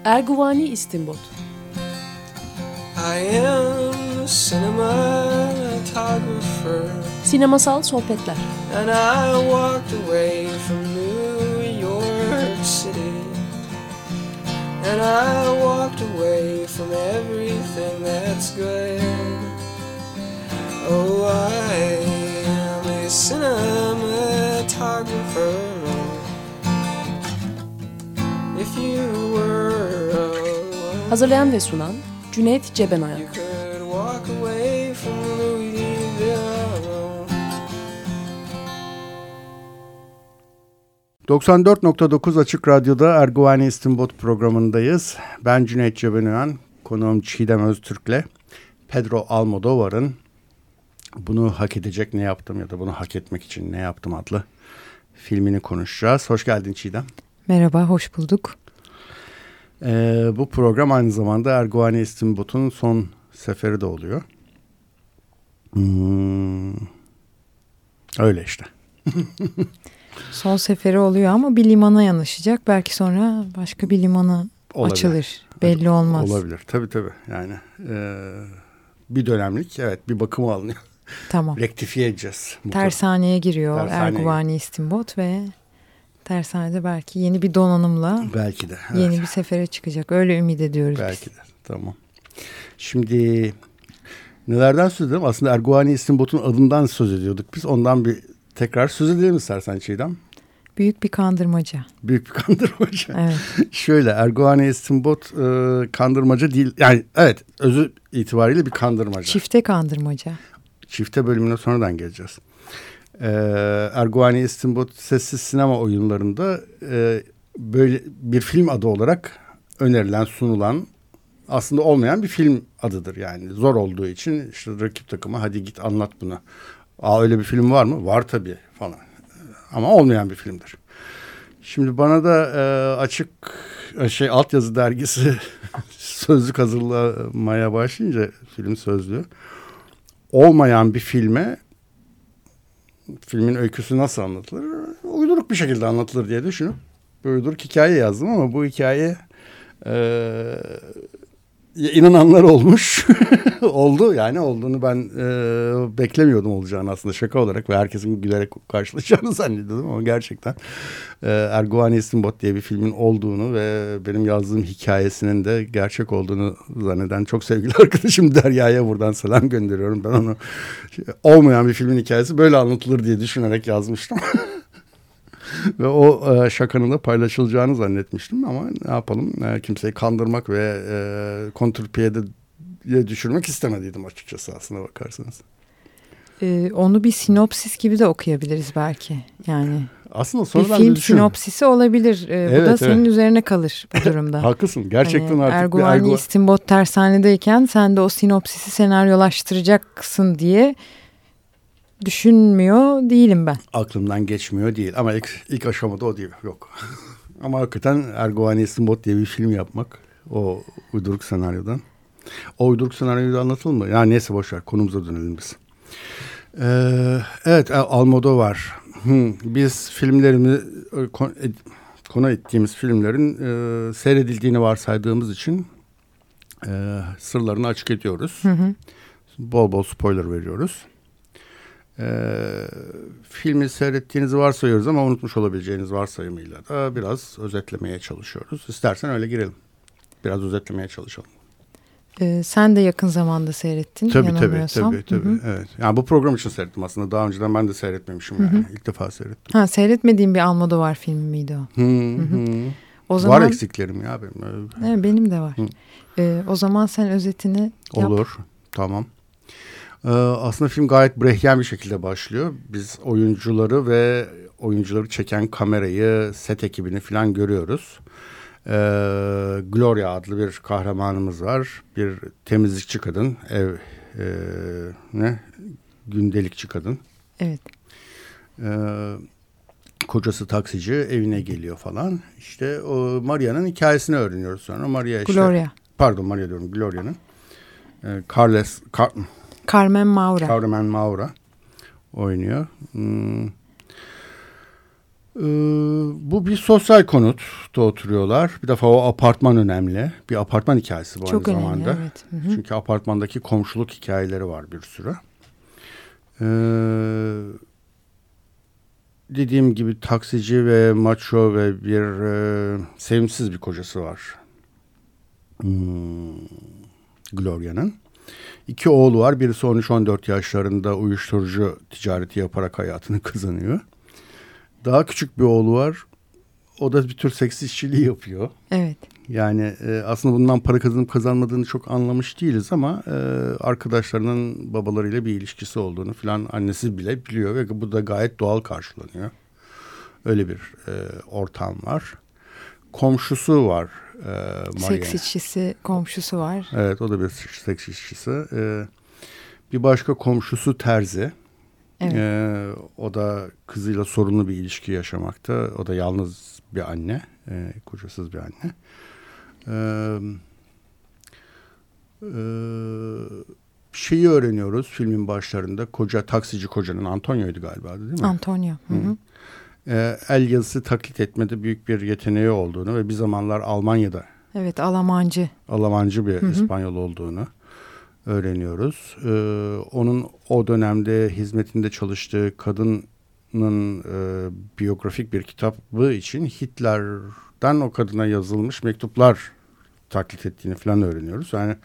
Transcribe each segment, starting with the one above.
Erguvani İstinbot. I am a cinematographer. Sinemasal sohbetler. And I walked away from New York City. And I walked away from everything that's good. Oh, I am a cinematographer. If you were alone, Hazırlayan ve sunan Cüneyt Cebenayak. you could walk away from Louisville alone. 94.9 Açık Radyo'da Erguvani İstinbot programındayız. Ben Cüneyt Cebenayan, konuğum Çiğdem Öztürk'le Pedro Almodóvar'ın Bunu Hak Edecek Ne Yaptım ya da Bunu Hak Etmek İçin Ne Yaptım adlı filmini konuşacağız. Hoş geldin Çiğdem. Merhaba, hoş bulduk. Bu program aynı zamanda Erguvani İstinbot'un son seferi de oluyor. Öyle işte. Son seferi oluyor ama bir limana yanaşacak. Belki sonra başka bir limana açılır. Belli olmaz. Olabilir. Tabii. Yani bir dönemlik, evet, bir bakıma alınıyor. Tamam. Rektifiye edeceğiz. Tersaneye giriyor Tersaneye. Erguvani İstinbot ve tersanede belki yeni bir donanımla Belki de. Evet. yeni bir sefere çıkacak. Öyle ümit ediyoruz Belki biz. de. Tamam. Şimdi nelerden söz edelim? Aslında Erguvani İstinbot'un adından söz ediyorduk biz. Ondan bir tekrar söz edelim istersen Çiğdem. Büyük bir kandırmaca. Büyük bir kandırmaca. Evet. Şöyle, Erguvani İstinbot kandırmaca değil. Yani evet, özü itibariyle bir kandırmaca. Çifte kandırmaca. Çifte bölümüne sonradan geleceğiz. Erguvani İstinbot sessiz sinema oyunlarında böyle bir film adı olarak önerilen, sunulan, aslında olmayan bir film adıdır. Yani zor olduğu için işte rakip takıma hadi git anlat bunu. Öyle bir film var mı? Var tabii falan. Ama olmayan bir filmdir. Şimdi bana da açık altyazı dergisi sözlük hazırlamaya başlayınca, film sözlüğü, olmayan bir filmin öyküsü nasıl anlatılır? Uyduruk bir şekilde anlatılır diye düşünüp bir uyduruk hikaye yazdım ama bu hikaye inananlar olmuş. Oldu, yani olduğunu ben beklemiyordum olacağını, aslında şaka olarak ve herkesin gülerek karşılayacağını zannediyordum ama gerçekten Erguvani İstinbot diye bir filmin olduğunu ve benim yazdığım hikayesinin de gerçek olduğunu zanneden çok sevgili arkadaşım Derya'ya buradan selam gönderiyorum. Ben onu olmayan bir filmin hikayesi böyle anlatılır diye düşünerek yazmıştım. Ve o şakanın da paylaşılacağını zannetmiştim ama ne yapalım, kimseyi kandırmak ve kontrpiyede düşürmek istemediydim açıkçası, aslına bakarsanız. Onu bir sinopsis gibi de okuyabiliriz belki. Yani aslında bir sonradan film sinopsisi olabilir. Bu da senin üzerine kalır bu durumda. Haklısın. Gerçekten hani artık Erguvani İstinbot tersanedeyken sen de o sinopsisi senaryolaştıracaksın diye düşünmüyor değilim ben. Aklımdan geçmiyor değil ama ilk aşamada o değil. Yok. Ama hakikaten Erguvani İstinbot diye bir film yapmak, o uyduruk senaryodan. O uyduruk senaryoda anlatılır mı? Yani neyse, boşver, konumuza dönelim biz. Evet, Almodóvar. Biz filmlerimi konu ettiğimiz filmlerin seyredildiğini varsaydığımız için sırlarını açık ediyoruz. Bol bol spoiler veriyoruz. Filmi seyrettiğinizi varsayıyoruz ama unutmuş olabileceğiniz varsayımıyla da biraz özetlemeye çalışıyoruz. İstersen öyle girelim. Biraz özetlemeye çalışalım. Sen de yakın zamanda seyrettin. Tabii. Evet. Yani bu program için seyrettim aslında. Daha önceden ben de seyretmemişim yani. İlk defa seyrettim. Seyretmediğim bir Almodóvar filmi miydi o? O zaman var eksiklerim ya benim. Evet, benim de var. O zaman sen özetini yap. Olur. Tamam. Aslında film gayet Brechtian bir şekilde başlıyor. Biz oyuncuları çeken kamerayı, set ekibini falan görüyoruz. Gloria adlı bir kahramanımız var. Bir temizlikçi kadın, gündelikçi kadın. Evet. Kocası taksici, evine geliyor falan. İşte o Maria'nın hikayesini öğreniyoruz sonra. Maria Gloria'nın. Carmen Maura. Carmen Maura. Carmen Maura oynuyor. 2 Bu bir sosyal konutta oturuyorlar. Bir defa o apartman önemli. Bir apartman hikayesi bu çok aynı önemli, zamanda. evet. Hı hı. Çünkü apartmandaki komşuluk hikayeleri var bir sürü. Dediğim gibi taksici ve maço ve bir sevimsiz bir kocası var. Gloria'nın. 2 oğlu var. Birisi 13-14 yaşlarında uyuşturucu ticareti yaparak hayatını kazanıyor. Daha küçük bir oğlu var. O da bir tür seks işçiliği yapıyor. Evet. Yani aslında bundan para kazanıp kazanmadığını çok anlamış değiliz ama arkadaşlarının babalarıyla bir ilişkisi olduğunu falan annesi bile biliyor ve bu da gayet doğal karşılanıyor. Öyle bir ortam var. Komşusu var. Seks işçisi komşusu var. Evet, o da bir seks işçisi. Bir başka komşusu terzi. Evet. O da kızıyla sorunlu bir ilişki yaşamakta. O da yalnız bir anne. Kocasız bir anne. Şeyi öğreniyoruz filmin başlarında. Taksici kocanın, Antonio'ydu galiba, değil mi? Antonio. Hı hı. El yazısı taklit etmede büyük bir yeteneği olduğunu ve bir zamanlar Almanya'da Evet, Almancı bir İspanyol olduğunu öğreniyoruz. Onun o dönemde hizmetinde çalıştığı kadının biyografik bir kitabı için Hitler'den o kadına yazılmış mektuplar taklit ettiğini falan öğreniyoruz. Yani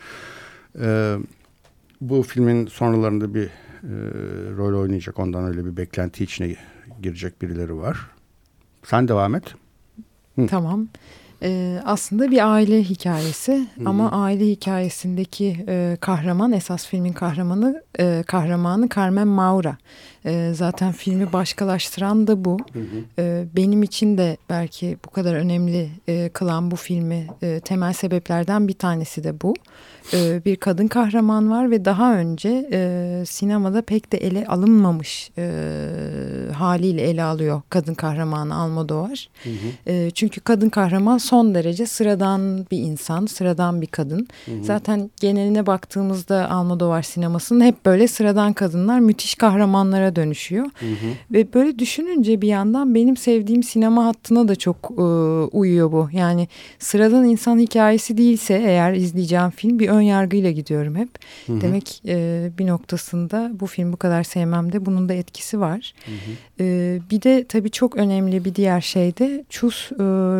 bu filmin sonralarında bir rol oynayacak, ondan öyle bir beklenti içine girecek birileri var. Sen devam et. Tamam. Aslında bir aile hikayesi ama aile hikayesindeki kahraman, esas filmin kahramanı Carmen Maura. Zaten filmi başkalaştıran da bu. Benim için de belki bu kadar önemli kılan bu filmi temel sebeplerden bir tanesi de bu. Bir kadın kahraman var ve daha önce sinemada pek de ele alınmamış haliyle ele alıyor kadın kahramanı Almodóvar. Çünkü kadın kahraman son derece sıradan bir insan, sıradan bir kadın. Zaten geneline baktığımızda Almodóvar sinemasının hep böyle sıradan kadınlar müthiş kahramanlara dönüşüyor. Ve böyle düşününce bir yandan benim sevdiğim sinema hattına da çok uyuyor bu. Yani sıradan insan hikayesi değilse eğer izleyeceğim film bir ön yargıyla gidiyorum hep. Demek bir noktasında bu filmi bu kadar sevmemde bunun da etkisi var. Bir de tabii çok önemli bir diğer şey de Chus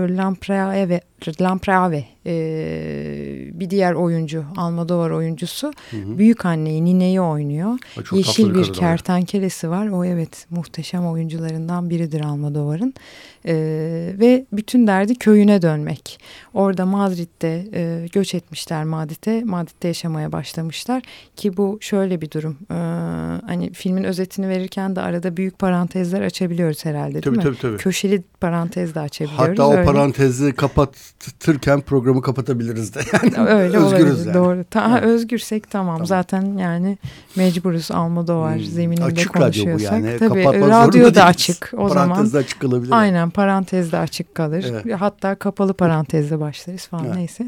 Lamprave bir diğer oyuncu, Almodóvar oyuncusu büyük anneyi, nineyi oynuyor. Yeşil bir kertenkelesi var. O evet muhteşem oyuncularından biridir Almodóvar'ın. Ve bütün derdi köyüne dönmek. Orada Madrid'de göç etmişler Madrid'e. Madrid'de yaşamaya başlamışlar ki bu şöyle bir durum. Hani filmin özetini verirken de arada büyük parantezler açabiliyoruz herhalde, değil mi? Tabii. Köşeli parantez de açabiliyoruz. Hatta o parantezi kapatırken programı kapatabiliriz de. Yani öyle özgürüz yani. Doğru. Özgürsek tamam. Zaten yani mecburuz Almodóvar zemininde açık konuşuyorsak. Açık radyo bu yani. Tabii radyo da açık o zaman. Parantez de açık kalabilir. Aynen, parantez de açık kalır. Evet. Hatta kapalı parantezle başlarız falan neyse.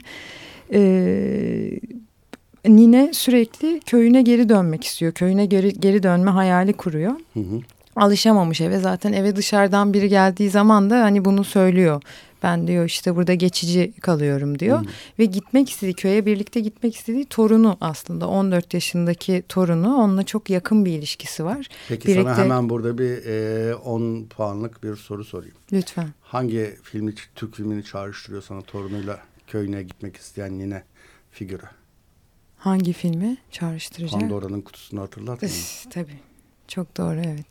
Nine sürekli köyüne geri dönmek istiyor. Köyüne geri dönme hayali kuruyor. Alışamamış eve. Zaten eve dışarıdan biri geldiği zaman da hani bunu söylüyor. Ben diyor işte burada geçici kalıyorum diyor. Ve köye birlikte gitmek istediği torunu aslında 14 yaşındaki torunu, onunla çok yakın bir ilişkisi var. Peki birlikte... sana hemen burada bir 10 puanlık bir soru sorayım. Lütfen. Hangi Türk filmini çağrıştırıyor sana torunuyla köyüne gitmek isteyen yine figürü? Hangi filmi çağrıştıracak? Pandora'nın kutusunu hatırlat mı? Tabii. Çok doğru, evet.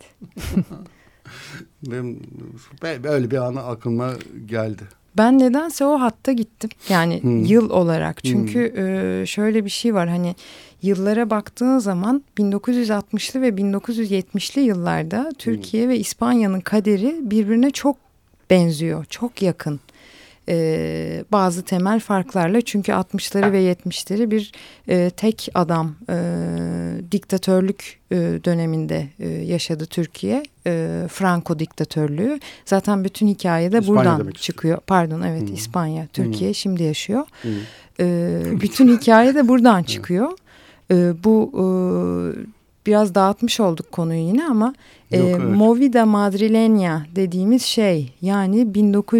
Benim böyle bir ana aklıma geldi. Ben nedense o hatta gittim. Yani yıl olarak. Çünkü şöyle bir şey var. Hani yıllara baktığın zaman 1960'lı ve 1970'li yıllarda Türkiye ve İspanya'nın kaderi birbirine çok benziyor. Çok yakın. Bazı temel farklarla, çünkü 60'ları ve 70'leri bir tek adam diktatörlük döneminde yaşadı Türkiye. Franco diktatörlüğü. Zaten bütün hikayede İspanya buradan çıkıyor. Pardon, evet, İspanya. Türkiye şimdi yaşıyor. Bütün hikaye de buradan çıkıyor. Bu biraz dağıtmış olduk konuyu yine ama Yok, evet. Movida Madrileña dediğimiz şey, yani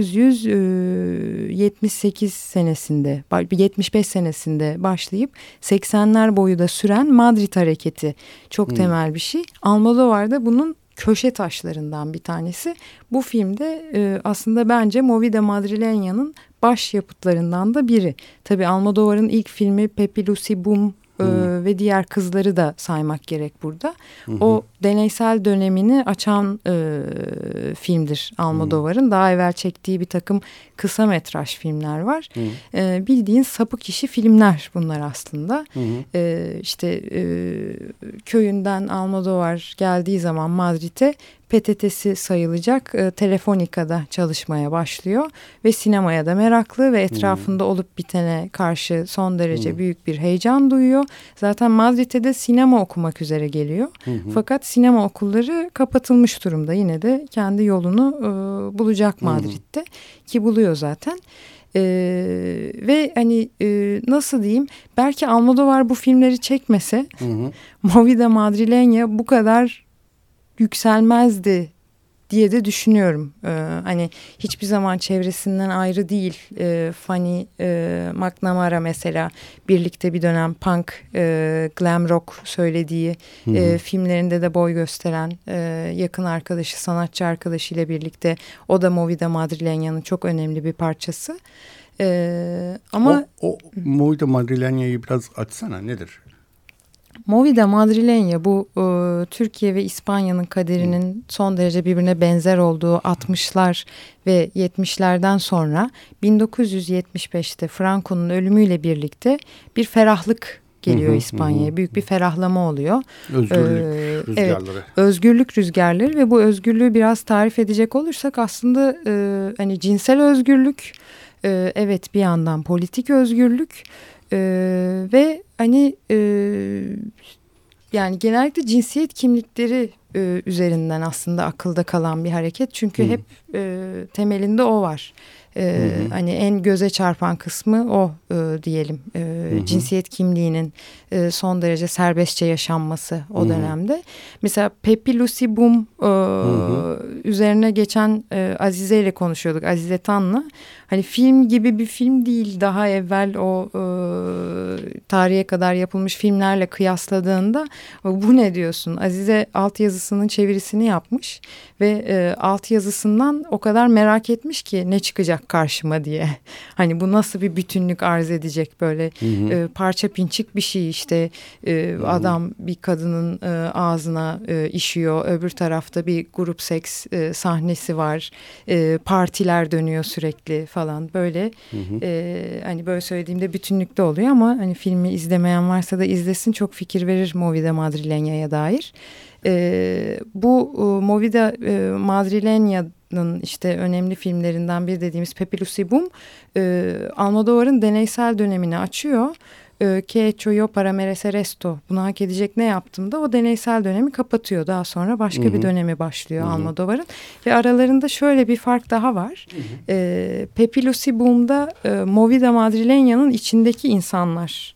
1978 senesinde 75 senesinde başlayıp 80'ler boyu da süren Madrid hareketi çok temel bir şey. Almodóvar da bunun köşe taşlarından bir tanesi. Bu filmde aslında bence Movida Madrileña'nın baş yapıtlarından da biri. Tabii Almodóvar'ın ilk filmi Pepi Lucy Boom ve diğer kızları da saymak gerek burada. O deneysel dönemini açan filmdir Almodóvar'ın. Daha evvel çektiği bir takım kısa metraj filmler var. Bildiğin sapık işi filmler bunlar aslında. İşte köyünden Almodóvar geldiği zaman Madrid'e PTT'si sayılacak Telefonica'da çalışmaya başlıyor ve sinemaya da meraklı ve etrafında olup bitene karşı son derece büyük bir heyecan duyuyor. Zaten Madrid'e de sinema okumak üzere geliyor. Fakat sinema okulları kapatılmış durumda. Yine de kendi yolunu bulacak Madrid'de ki buluyor zaten. Ve hani nasıl diyeyim, belki Almodóvar bu filmleri çekmese Movida Madrileña bu kadar yükselmezdi diye de düşünüyorum. Hani hiçbir zaman çevresinden ayrı değil. Fanny McNamara mesela birlikte bir dönem punk, glam rock söylediği filmlerinde de boy gösteren yakın arkadaşı, sanatçı arkadaşıyla birlikte, o da Movida Madrileña'nın çok önemli bir parçası. Ama o Movida Madrileña'yı biraz açsana, nedir? Movida Madrileña bu Türkiye ve İspanya'nın kaderinin son derece birbirine benzer olduğu 60'lar ve 70'lerden sonra 1975'te Franco'nun ölümüyle birlikte bir ferahlık geliyor İspanya'ya. Büyük bir ferahlama oluyor. Özgürlük rüzgarları. Evet, özgürlük rüzgarları ve bu özgürlüğü biraz tarif edecek olursak aslında hani cinsel özgürlük, evet, bir yandan politik özgürlük ve hani yani genellikle cinsiyet kimlikleri üzerinden aslında akılda kalan bir hareket. Çünkü hep temelinde o var. Hani en göze çarpan kısmı o diyelim. Cinsiyet kimliğinin son derece serbestçe yaşanması o dönemde. Mesela Pepi Lucy Boom üzerine geçen Azize ile konuşuyorduk. Azize Tan'la. Hani film gibi bir film değil. Daha evvel o tarihe kadar yapılmış filmlerle kıyasladığında bu ne diyorsun? Azize altyazısının çevirisini yapmış ve altyazısından o kadar merak etmiş ki ne çıkacak karşıma diye. Hani bu nasıl bir bütünlük arz edecek, böyle parça pinçik bir şey işte. Adam bir kadının ağzına işiyor. Öbür tarafta bir grup seks sahnesi var. Partiler dönüyor sürekli falan böyle. Hani böyle söylediğimde bütünlükte oluyor ama hani filmi izlemeyen varsa da izlesin, çok fikir verir Movida Madrileña'ya dair. Bu Movida Madrileña'nın işte önemli filmlerinden biri dediğimiz Pepi Lucy Boom, Almodóvar'ın deneysel dönemini açıyor. Que hecho yo para merecer esto? Bunu hak edecek ne yaptım da o deneysel dönemi kapatıyor. Daha sonra başka bir dönemi başlıyor Almodóvar'ın. Ve aralarında şöyle bir fark daha var. Pepi Lucy Boom'da Movida Madrileña'nın içindeki insanlar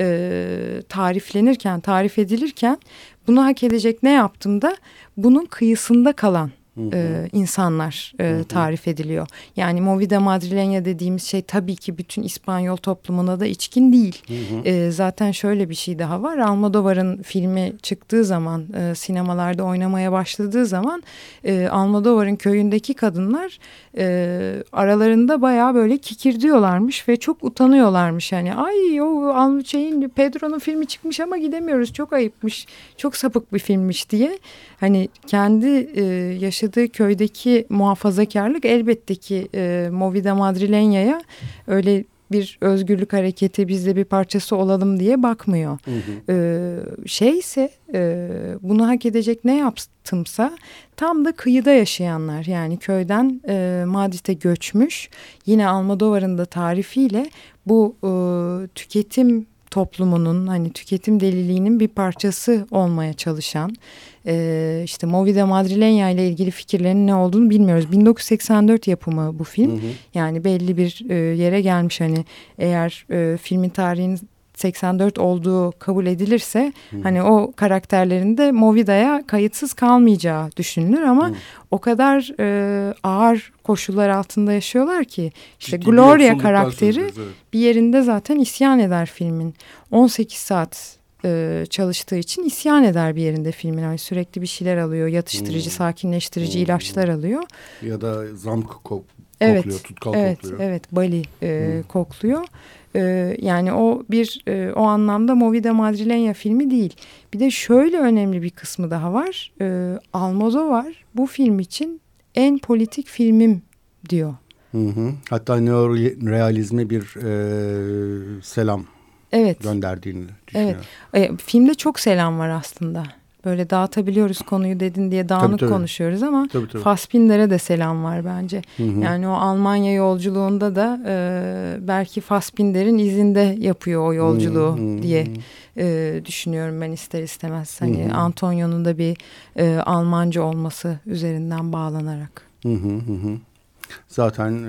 tarif edilirken bunu hak edecek ne yaptım da bunun kıyısında kalan insanlar tarif ediliyor. Yani Movida Madrileña dediğimiz şey tabii ki bütün İspanyol toplumuna da içkin değil. Zaten şöyle bir şey daha var. Almodóvar'ın filmi çıktığı zaman, sinemalarda oynamaya başladığı zaman Almodóvar'ın köyündeki kadınlar aralarında bayağı böyle kikirdiyorlarmış ve çok utanıyorlarmış. Yani ay o Pedro'nun filmi çıkmış ama gidemiyoruz, çok ayıpmış, çok sapık bir filmmiş diye. Hani kendi yaşadığı köydeki muhafazakarlık elbette ki Movida Madrileña'ya öyle bir özgürlük hareketi, biz de bir parçası olalım diye bakmıyor. Bunu hak edecek ne yaptımsa tam da kıyıda yaşayanlar, yani köyden Madrid'e göçmüş, yine Almodóvar'ın da tarifiyle bu tüketim toplumunun, hani tüketim deliliğinin bir parçası olmaya çalışan, işte Movida Madrileña ile ilgili fikirlerinin ne olduğunu bilmiyoruz. 1984 yapımı bu film. Yani belli bir yere gelmiş, hani eğer filmin tarihini 84 olduğu kabul edilirse hani o karakterlerin de Movida'ya kayıtsız kalmayacağı düşünülür ama o kadar ağır koşullar altında yaşıyorlar ki işte Ciddi bir Gloria yoksulluktan karakteri söz ediyoruz, evet. bir yerinde zaten isyan eder filmin. 18 saat çalıştığı için isyan eder bir yerinde filmin. Yani sürekli bir şeyler alıyor. Yatıştırıcı, sakinleştirici ilaçlar alıyor. Ya da zamk kokluyor, tutkal kokluyor. Evet, Bali kokluyor. Yani o bir o anlamda Movida Madrileña filmi değil. Bir de şöyle önemli bir kısmı daha var. Almodóvar bu film için en politik filmim diyor. Hatta neorealizme bir selam gönderdiğini düşünüyorum. Evet. Filmde çok selam var aslında. Böyle dağıtabiliyoruz konuyu dedin diye dağınık konuşuyoruz ama Fassbinder'e de selam var bence. Yani o Almanya yolculuğunda da belki Fassbinder'in izinde yapıyor o yolculuğu diye düşünüyorum ben ister istemez. Hani Antonio'nun da bir Almanca olması üzerinden bağlanarak. Zaten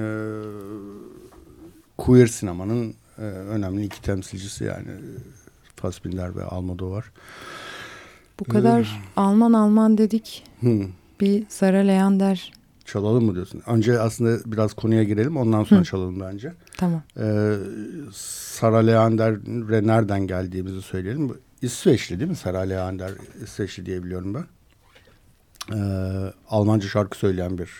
queer sinemanın önemli iki temsilcisi yani Fassbinder ve Almodóvar. Bu kadar Alman dedik. Bir Sara Leander. Çalalım mı diyorsun? Önce aslında biraz konuya girelim ondan sonra çalalım bence. Tamam. Sara Leander'e nereden geldiğimizi söyleyelim. İsveçli değil mi? Sara Leander İsveçli diye biliyorum ben. Almanca şarkı söyleyen bir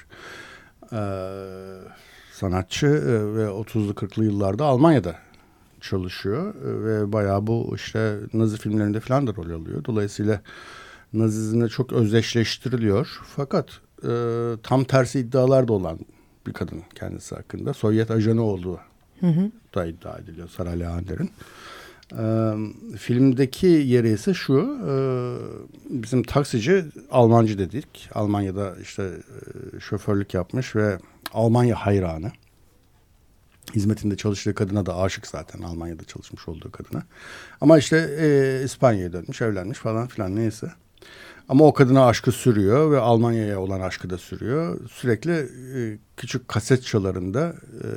sanatçı ve 30'lu 40'lı yıllarda Almanya'da çalışıyor ve bayağı bu işte Nazi filmlerinde falan da rol alıyor. Dolayısıyla Nazizmle çok özdeşleştiriliyor. Fakat tam tersi iddialar da olan bir kadın kendisi hakkında. Sovyet ajanı olduğu da iddia ediliyor Sara Leander'in. Filmdeki yeri ise şu, bizim taksici Almancı dedik. Almanya'da işte şoförlük yapmış ve Almanya hayranı. Hizmetinde çalıştığı kadına da aşık zaten, Almanya'da çalışmış olduğu kadına. Ama işte İspanya'ya dönmüş, evlenmiş falan filan neyse. Ama o kadına aşkı sürüyor ve Almanya'ya olan aşkı da sürüyor. Sürekli küçük kaset çalarında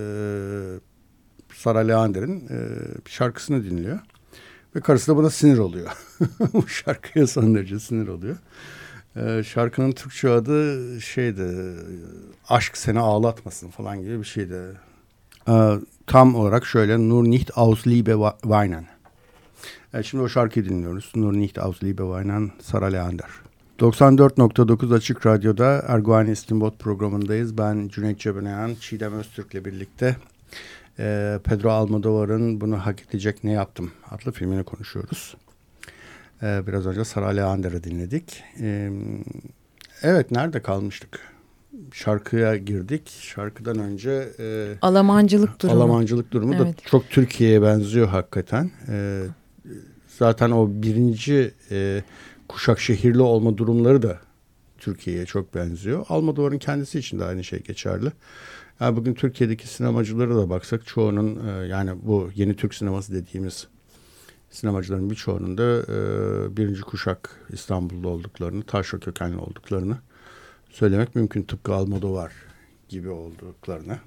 Sara Leander'in bir şarkısını dinliyor. Ve karısı da buna sinir oluyor. Bu şarkıya son derece sinir oluyor. Şarkının Türkçe adı şeydi, aşk seni ağlatmasın falan gibi bir şeydi. Tam olarak şöyle, Nur nicht aus Liebe weinen. Şimdi o şarkıyı dinliyoruz. Nur nicht aus Liebe weinen, Sara Leander. 94.9 Açık Radyo'da Erguvani İstinbot programındayız. Ben Cüneyt Cebenayan, Çiğdem Öztürk'le birlikte Pedro Almodóvar'ın Bunu Hak Edecek Ne Yaptım adlı filmini konuşuyoruz. Biraz önce Sara Leander'ı dinledik. Evet, nerede kalmıştık? Şarkıya girdik. Şarkıdan önce Alamancılık durumu da çok Türkiye'ye benziyor hakikaten. Zaten o birinci kuşak şehirli olma durumları da Türkiye'ye çok benziyor. Almodóvar'ın kendisi için de aynı şey geçerli. Yani bugün Türkiye'deki sinemacılara da baksak çoğunun yani bu yeni Türk sineması dediğimiz sinemacıların birçoğunun da birinci kuşak İstanbul'da olduklarını, taşra kökenli olduklarını söylemek mümkün. Tıpkı Almodóvar gibi olduklarını.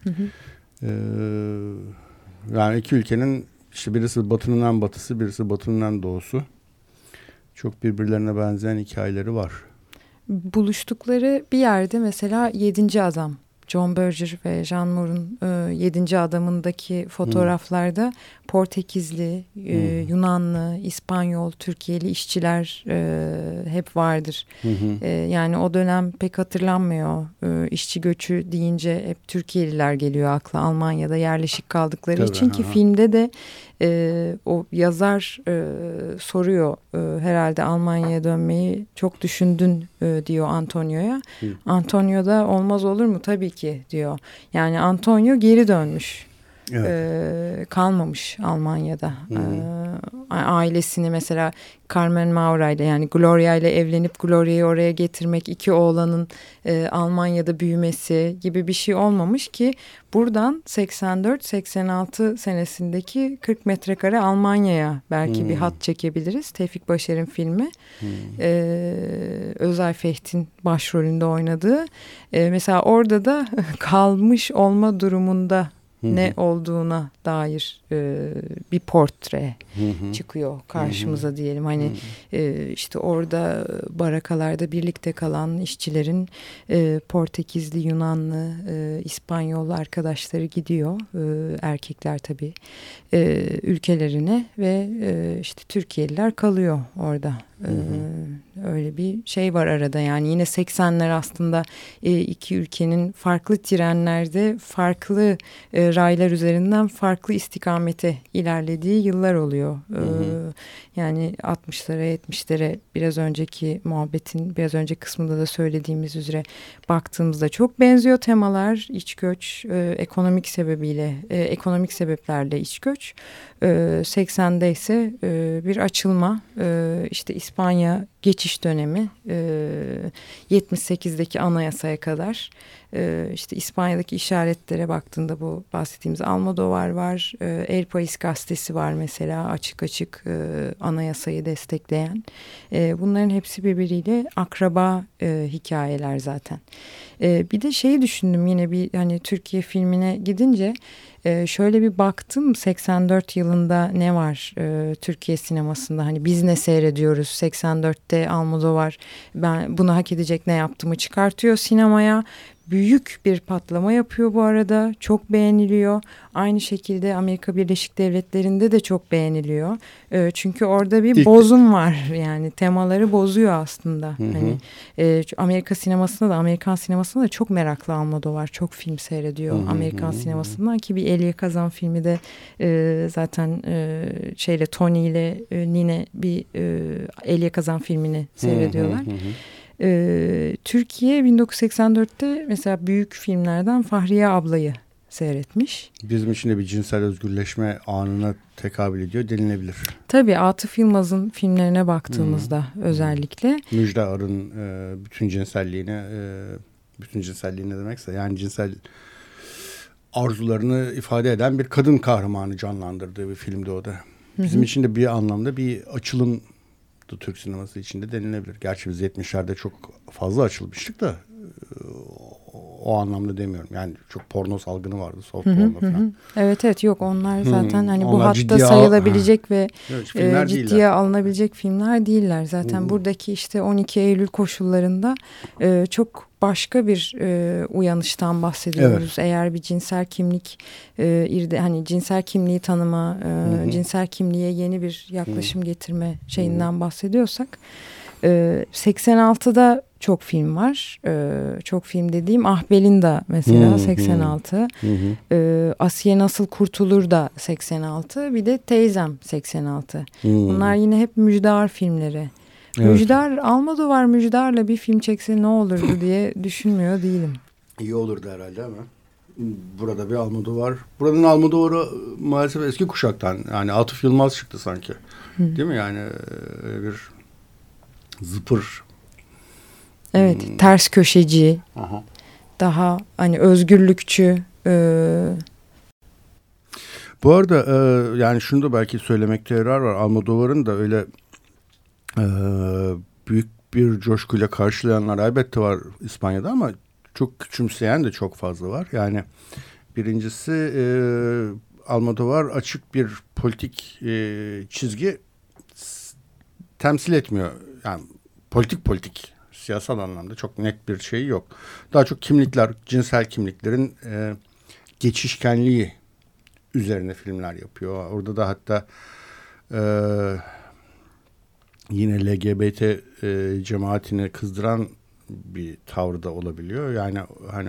Yani iki ülkenin işte birisi batının en batısı, birisi batının en doğusu. Çok birbirlerine benzeyen hikayeleri var. Buluştukları bir yerde mesela 7. Adam. John Berger ve Jean Moore'un 7. Adam'ındaki fotoğraflarda Portekizli, Yunanlı, İspanyol, Türkiye'li işçiler hep vardır. Yani o dönem pek hatırlanmıyor. İşçi göçü deyince hep Türkiye'liler geliyor akla, Almanya'da yerleşik kaldıkları için ki filmde de o yazar soruyor herhalde Almanya'ya dönmeyi çok düşündün diyor Antonio'ya. Antonio da olmaz olur mu tabii ki diyor. Yani Antonio geri dönmüş. Evet. Kalmamış Almanya'da. Ailesini mesela Carmen Maura ile yani Gloria ile evlenip Gloria'yı oraya getirmek, iki oğlanın Almanya'da büyümesi gibi bir şey olmamış ki buradan 84-86 senesindeki 40 metrekare Almanya'ya belki bir hat çekebiliriz. Tevfik Başar'ın filmi. Özay Feht'in başrolünde oynadığı. Mesela orada da kalmış olma durumunda ne olduğuna dair bir portre çıkıyor karşımıza diyelim. Hani işte orada barakalarda birlikte kalan işçilerin Portekizli, Yunanlı, İspanyol arkadaşları gidiyor. Erkekler tabii ülkelerine ve işte Türkiye'liler kalıyor orada. Öyle bir şey var arada, yani yine 80'ler aslında iki ülkenin farklı trenlerde farklı raylar üzerinden farklı istikamete ilerlediği yıllar oluyor. Yani 60'lara 70'lere biraz önceki muhabbetin biraz önceki kısmında da söylediğimiz üzere baktığımızda çok benziyor temalar. İç göç, ekonomik sebeplerle iç göç. 80'de ise bir açılma, işte İspanya geçiş dönemi, 78'deki anayasaya kadar işte İspanya'daki işaretlere baktığında bu bahsettiğimiz Almodovar var, El País gazetesi var mesela, açık açık anayasayı destekleyen. Bunların hepsi birbiriyle akraba hikayeler zaten. Bir de şeyi düşündüm yine, bir hani Türkiye filmine gidince şöyle bir baktım 84 yılında ne var Türkiye sinemasında, hani biz ne seyrediyoruz. 84'te Almodovar ben bunu hak edecek ne yaptığımı çıkartıyor sinemaya. Büyük bir patlama yapıyor bu arada. Çok beğeniliyor. Aynı şekilde Amerika Birleşik Devletleri'nde de çok beğeniliyor. Çünkü orada bir bozum var. Yani temaları bozuyor aslında. Hani Amerika sinemasında da, Amerikan sinemasında da çok meraklı Almodovar. Çok film seyrediyor Amerikan sinemasından, ki bir Elia Kazan filmi de zaten Tony ile Nine bir Elia Kazan filmini seyrediyorlar. Türkiye 1984'te mesela büyük filmlerden Fahriye Abla'yı seyretmiş. Bizim için de bir cinsel özgürleşme anına tekabül ediyor denilebilir. Tabii Atıf Yılmaz'ın filmlerine baktığımızda özellikle. Müjde Ar'ın bütün cinselliğini ne demekse, yani cinsel arzularını ifade eden bir kadın kahramanı canlandırdığı bir filmdi o da. Bizim için de bir anlamda bir açılım Türk sineması içinde denilebilir. Gerçi biz 70'lerde çok fazla açılmıştık da o anlamda demiyorum. Yani çok porno salgını vardı, soft porno falan. Evet yok, onlar zaten hani bu hatta sayılabilecek ve ciddiye alınabilecek filmler değiller. Zaten buradaki işte 12 Eylül koşullarında çok başka bir uyanıştan bahsediyoruz. Evet. Eğer bir cinsel kimlik hani cinsel kimliği tanıma, cinsel kimliğe yeni bir yaklaşım getirme şeyinden bahsediyorsak 86'da çok film var. Çok film dediğim Ah Belinda mesela 86. Asiye Nasıl Kurtulur da 86. Bir de Teyzem 86. Bunlar yine hep Müjdar filmleri. Evet. Müjdar, Almodovar Müjdar'la bir film çekse ne olurdu diye düşünmüyor değilim. İyi olurdu herhalde ama burada bir Almodovar. Buranın Almodovar'ı maalesef eski kuşaktan. Yani Atıf Yılmaz çıktı sanki. Değil mi? Yani bir zıpır. Evet. Ters köşeci. Aha. Daha hani özgürlükçü. Bu arada yani şunu da belki söylemekte yarar var. Almodovar'ın da öyle büyük bir coşkuyla karşılayanlar elbette var İspanya'da, ama çok küçümseyen de çok fazla var. Yani birincisi Almodovar açık bir politik çizgi temsil etmiyor. Yani politik siyasal anlamda çok net bir şey yok. Daha çok kimlikler, cinsel kimliklerin geçişkenliği üzerine filmler yapıyor. Orada da hatta yine LGBT cemaatini kızdıran bir tavrı da olabiliyor. Yani hani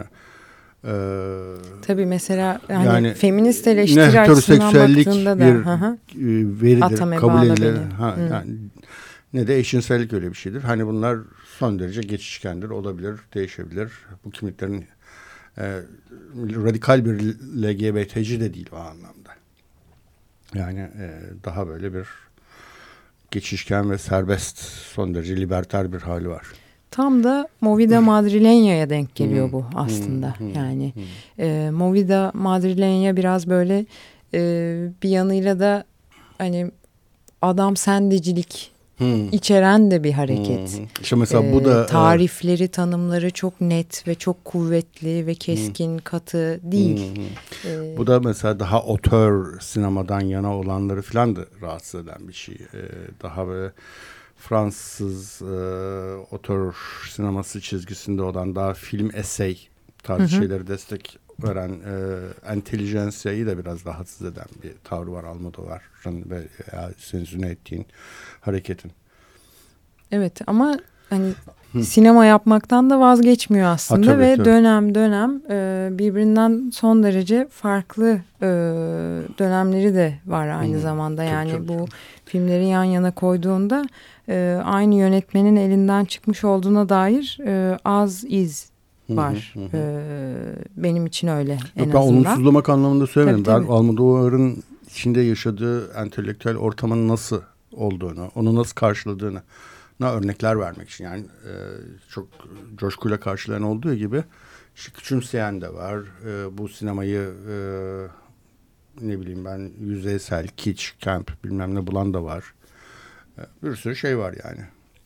tabii mesela yani feminist eleştiri açısından baktığında da veridir, kabul edilir. Yani, ne de eşcinsellik öyle bir şeydir. Hani bunlar son derece geçişkendir, olabilir, değişebilir. Bu kimliklerin radikal bir LGBT'ci de değil o anlamda. Yani daha böyle bir geçişken ve serbest, son derece liberter bir hali var. Tam da Movida Madrileña'ya denk geliyor bu aslında. Yani Movida Madrileña biraz böyle bir yanıyla da hani adam sendecilik içeren de bir hareket. İşte mesela bu da tarifleri, tanımları çok net ve çok kuvvetli ve keskin, katı değil. Bu da mesela daha otör sinemadan yana olanları falan da rahatsız eden bir şey. Daha böyle Fransız otör sineması çizgisinde olan daha film essay tarzı şeyleri destek veren entelijansiyayı da biraz rahatsız eden bir tavrı var Almodovar'ın ve senin ettiğin hareketin. Evet ama hani sinema yapmaktan da vazgeçmiyor aslında tabii, ve tabii. dönem dönem birbirinden son derece farklı dönemleri de var aynı zamanda. Yani tabii, bu filmleri yan yana koyduğunda aynı yönetmenin elinden çıkmış olduğuna dair az iz var. Benim için öyle en Yok, ben azından. olumsuzlamak anlamında söylemiyorum. Tabii. Ben Almodovar'ın içinde yaşadığı entelektüel ortamın nasıl olduğunu, onu nasıl karşıladığını örnekler vermek için. Yani çok coşkuyla karşılayan olduğu gibi işte küçümseyen de var. Bu sinemayı ne bileyim ben yüzeysel, kitsch, camp bilmem ne bulan da var. Bir sürü şey var yani.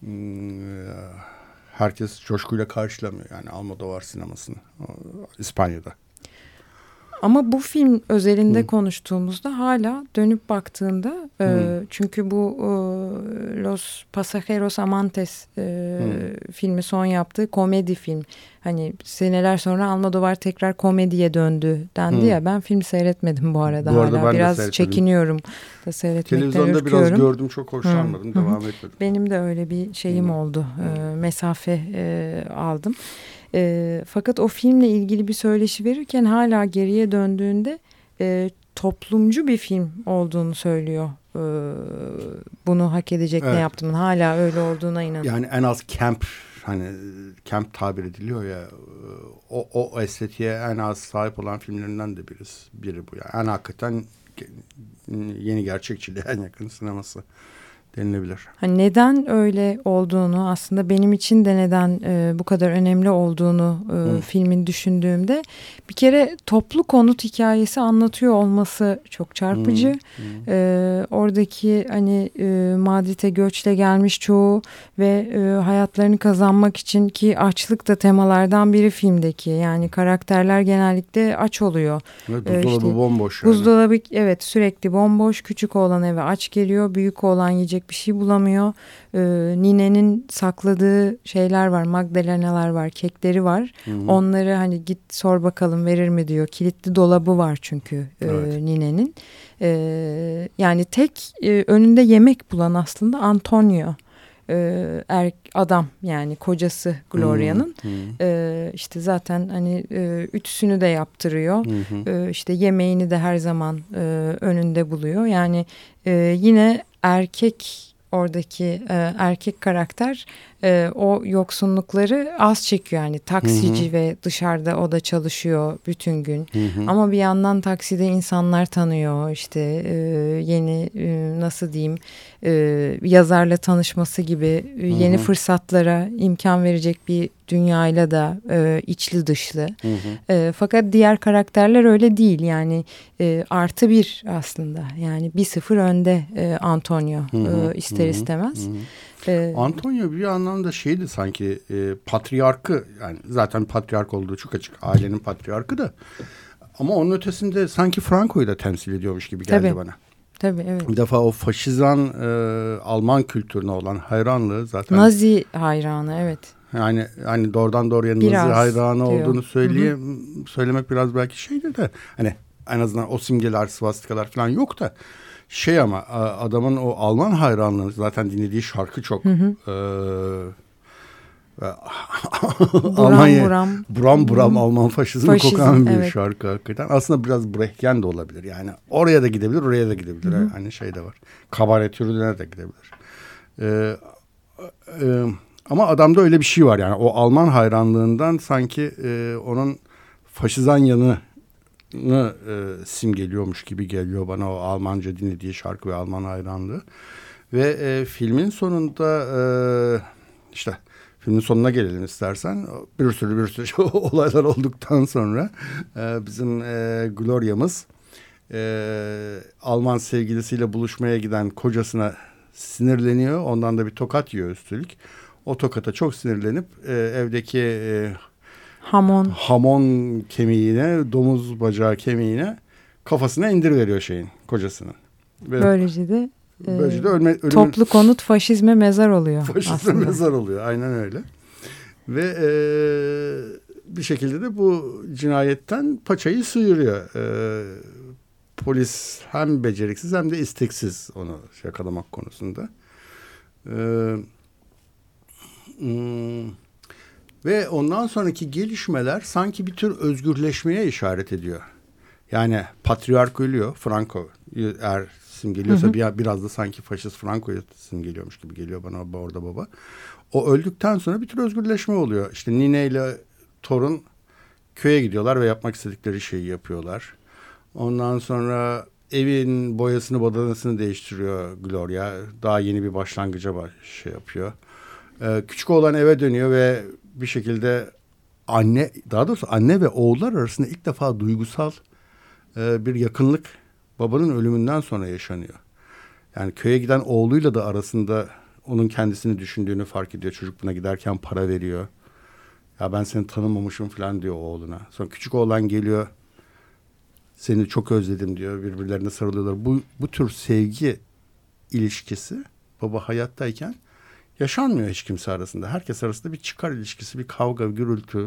Herkes coşkuyla karşılamıyor yani Almodovar sinemasını İspanya'da. Ama bu film özelinde konuştuğumuzda hala dönüp baktığında çünkü bu Los Pasajeros Amantes filmi son yaptığı komedi film. Hani seneler sonra Almodovar tekrar komediye döndü dendi ya, ben film seyretmedim bu arada. Bu arada hala ben biraz çekiniyorum da seyretmekten, televizyonda ürküyorum. biraz gördüm, çok hoşlanmadım, devam etmedim. Benim de öyle bir şeyim oldu, mesafe aldım. Fakat o filmle ilgili bir söyleşi verirken hala geriye döndüğünde toplumcu bir film olduğunu söylüyor. Bunu hak edecek ne yaptığımın, hala öyle olduğuna inanıyorum. Yani en az camp, hani camp tabir ediliyor ya, o estetiğe en az sahip olan filmlerinden de biri bu yani. En hakikaten yeni gerçekçiliğe en yakın sineması denilebilir. Hani neden öyle olduğunu, aslında benim için de neden bu kadar önemli olduğunu filmin düşündüğümde, bir kere toplu konut hikayesi anlatıyor olması çok çarpıcı. Oradaki hani Madrid'e göçle gelmiş çoğu ve hayatlarını kazanmak için, ki açlık da temalardan biri filmdeki. Yani karakterler genellikle aç oluyor. Evet, buzdolabı bomboş yani. Buzdolabı evet sürekli bomboş. Küçük oğlan eve aç geliyor. Büyük oğlan yiyecek bir şey bulamıyor. Ninenin sakladığı şeyler var. Magdalenalar var. Kekleri var. Onları hani git sor bakalım verir mi diyor. Kilitli dolabı var çünkü ninenin. Yani tek önünde yemek bulan aslında Antonio. Adam yani kocası Gloria'nın. İşte zaten hani ütüsünü de yaptırıyor. İşte yemeğini de her zaman önünde buluyor. Yani yine oradaki erkek karakter o yoksunlukları az çekiyor. Yani taksici ve dışarıda o da çalışıyor bütün gün. Ama bir yandan takside insanlar tanıyor. İşte yeni nasıl diyeyim, yazarla tanışması gibi yeni fırsatlara imkan verecek bir dünyayla da içli dışlı. Fakat diğer karakterler öyle değil. Yani artı bir aslında. Yani 1-0 önde Antonio ister istemez. Antonio bir anlamda şeydi sanki, patriarkı, yani zaten patriark olduğu çok açık, ailenin patriarkı da, ama onun ötesinde sanki Franco'yu da temsil ediyormuş gibi geldi bana. Tabii, evet. Bir defa o faşizan Alman kültürüne olan hayranlığı zaten. Nazi hayranı, evet. Yani hani doğrudan doğruya Nazi hayranı diyor. Olduğunu söylemek biraz belki şeydir de, hani en azından o simgeler, svastikalar falan yok da, ama adamın o Alman hayranlığı, zaten dinlediği şarkı çok buram Alman faşizmi kokan bir şarkı hakikaten. Aslında biraz Brecht'yen de olabilir. Yani oraya da gidebilir, oraya da gidebilir. Hani şey de var. Kabaret türüne de gidebilir. Ama adamda öyle bir şey var yani. O Alman hayranlığından sanki onun faşizan yanı simgeliyormuş gibi geliyor bana, o Almanca dinlediği şarkı ve Alman hayranlığı. Ve filmin sonunda işte filmin sonuna gelelim istersen. Bir sürü olaylar olduktan sonra bizim Gloria'mız Alman sevgilisiyle buluşmaya giden kocasına sinirleniyor. Ondan da bir tokat yiyor üstelik. O tokata çok sinirlenip evdeki hamon kemiğine, domuz bacağı kemiğine kafasına indiriveriyor şeyin, kocasının. Ve böylece de ölümü, toplu konut faşizme mezar oluyor. Faşizme mezar oluyor. Aynen öyle. Ve bir şekilde de bu cinayetten paçayı sıyırıyor. Polis hem beceriksiz hem de isteksiz onu yakalamak konusunda. Ve ondan sonraki gelişmeler sanki bir tür özgürleşmeye işaret ediyor. Yani patriark ölüyor. Franco eğer simgeliyorsa biraz da sanki faşist Franco'yu simgeliyormuş gibi geliyor bana orada baba. O öldükten sonra bir tür özgürleşme oluyor. İşte nine ile torun köye gidiyorlar ve yapmak istedikleri şeyi yapıyorlar. Ondan sonra evin boyasını, badanasını değiştiriyor Gloria. Daha yeni bir başlangıca şey yapıyor. Küçük oğlan eve dönüyor ve bir şekilde anne ve oğullar arasında ilk defa duygusal bir yakınlık babanın ölümünden sonra yaşanıyor. Yani köye giden oğluyla da arasında onun kendisini düşündüğünü fark ediyor. Çocuk buna giderken para veriyor. Ya ben seni tanımamışım falan diyor oğluna. Sonra küçük oğlan geliyor. Seni çok özledim diyor. Birbirlerine sarılıyorlar. Bu tür sevgi ilişkisi baba hayattayken yaşanmıyor hiç kimse arasında. Herkes arasında bir çıkar ilişkisi, bir kavga, gürültü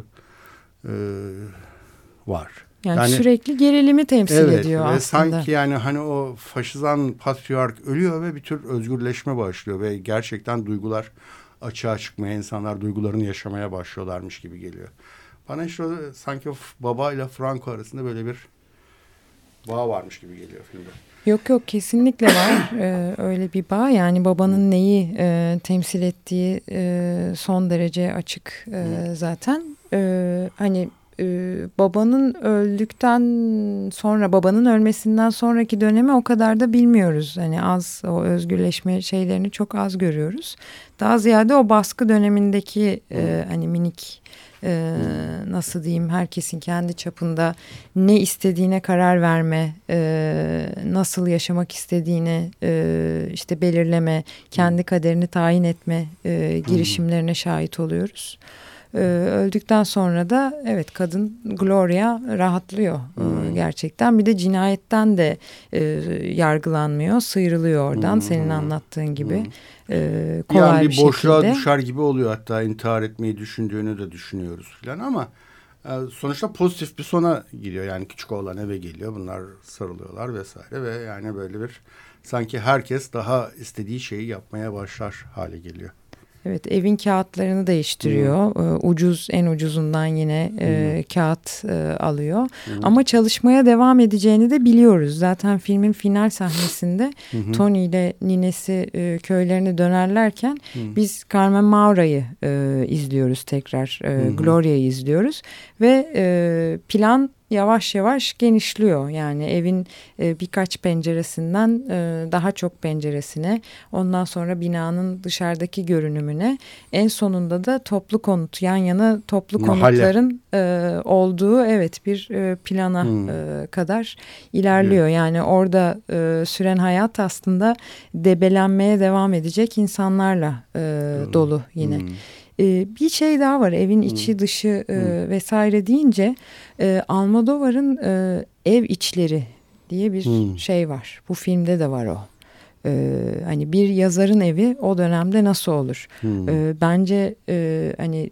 var. Yani sürekli gerilimi temsil ediyor ve aslında. Sanki yani hani o faşizan patriark ölüyor ve bir tür özgürleşme başlıyor ve gerçekten duygular açığa çıkmaya, insanlar duygularını yaşamaya başlıyorlarmış gibi geliyor. Bana işte sanki babayla Franco arasında böyle bir bağ varmış gibi geliyor filmde. Yok kesinlikle var öyle bir bağ. Yani babanın neyi temsil ettiği son derece açık zaten. Hani babanın babanın ölmesinden sonraki dönemi o kadar da bilmiyoruz. Hani o özgürleşme şeylerini çok az görüyoruz. Daha ziyade o baskı dönemindeki hani minik nasıl diyeyim, herkesin kendi çapında ne istediğine karar verme, nasıl yaşamak istediğini işte belirleme, kendi kaderini tayin etme girişimlerine şahit oluyoruz. Öldükten sonra da evet, kadın Gloria rahatlıyor gerçekten. Bir de cinayetten de yargılanmıyor, sıyrılıyor oradan senin anlattığın gibi. Kolay yani bir boşluğa şekilde düşer gibi oluyor, hatta intihar etmeyi düşündüğünü de düşünüyoruz falan ama sonuçta pozitif bir sona gidiyor. Yani küçük oğlan eve geliyor, bunlar sarılıyorlar vesaire ve yani böyle bir sanki herkes daha istediği şeyi yapmaya başlar hale geliyor. Evet, evin kağıtlarını değiştiriyor. En ucuzundan yine kağıt alıyor. Ama çalışmaya devam edeceğini de biliyoruz. Zaten filmin final sahnesinde Tony ile ninesi köylerine dönerlerken biz Carmen Maura'yı izliyoruz tekrar. Gloria'yı izliyoruz ve plan yavaş yavaş genişliyor. Yani evin birkaç penceresinden daha çok penceresine, ondan sonra binanın dışarıdaki görünümüne, en sonunda da toplu konut, yan yana toplu konutların olduğu bir plana kadar ilerliyor. Yani orada süren hayat aslında debelenmeye devam edecek insanlarla dolu yine. Bir şey daha var, evin içi dışı vesaire deyince Almodóvar'ın ev içleri diye bir şey var. Bu filmde de var o. Hani bir yazarın evi o dönemde nasıl olur? Bence hani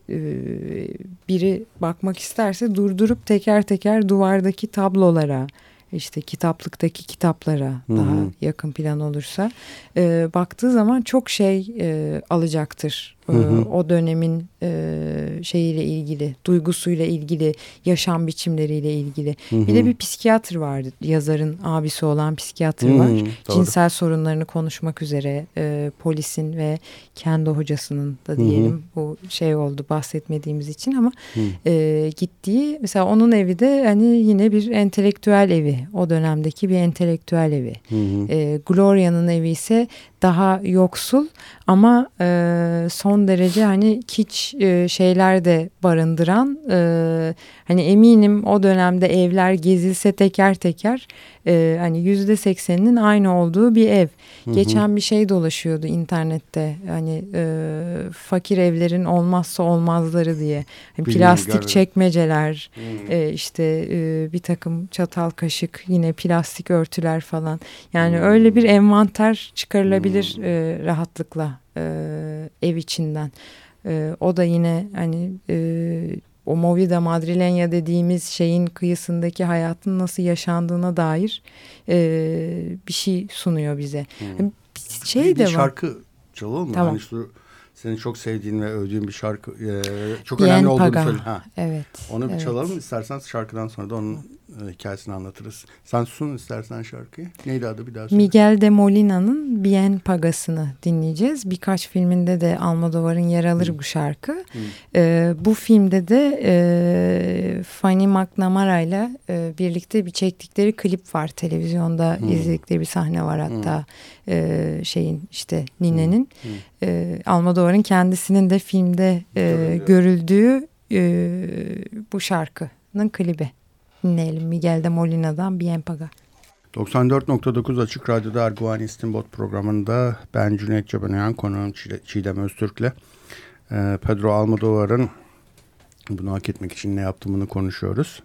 biri bakmak isterse durdurup teker teker duvardaki tablolara, işte kitaplıktaki kitaplara daha yakın plan olursa baktığı zaman çok şey alacaktır. O dönemin şeyiyle ilgili, duygusuyla ilgili, yaşam biçimleriyle ilgili. Bir de bir psikiyatr vardı. Yazarın abisi olan psikiyatr var. Doğru. Cinsel sorunlarını konuşmak üzere polisin ve kendi hocasının da diyelim, bu şey oldu bahsetmediğimiz için ama gittiği, mesela onun evi de hani yine bir entelektüel evi. O dönemdeki bir entelektüel evi. Gloria'nın evi ise daha yoksul ama son son derece hani kiç şeyler de barındıran, hani eminim o dönemde evler gezilse teker teker hani %80'inin aynı olduğu bir ev. Geçen bir şey dolaşıyordu internette, hani fakir evlerin olmazsa olmazları diye. Hani plastik çekmeceler, işte bir takım çatal kaşık, yine plastik örtüler falan. Yani öyle bir envanter çıkarılabilir rahatlıkla ev içinden. O da yine hani o Movida Madrileña dediğimiz şeyin kıyısındaki hayatın nasıl yaşandığına dair bir şey sunuyor bize. Bir De var. şarkı çalalım mı? Tamam. Hani şu senin çok sevdiğin ve övdüğün bir şarkı, çok Bien önemli olduğunu Paga. söyle. Evet. Onu bir evet. çalalım. İstersen şarkıdan sonra da onun hikayesini anlatırız. Sen sun istersen şarkıyı. Neydi adı, bir daha söyle. Miguel de Molina'nın Bien Pagas'ını dinleyeceğiz. Birkaç filminde de Almodóvar'ın yer alır bu şarkı. Bu filmde de Fanny McNamara'yla birlikte bir çektikleri klip var. Televizyonda izledikleri bir sahne var hatta. Şeyin işte Nine'nin. Almodóvar'ın kendisinin de filmde görüldüğü bu şarkının klibi. Dinleyelim Miguel de Molina'dan Bien Paga. 94.9 Açık Radyo'da Erguvani İstinbot programında ben Cüneyt Cebenayan, konuğum Çiğdem Öztürk'le Pedro Almodóvar'ın bunu hak etmek için ne yaptığını konuşuyoruz.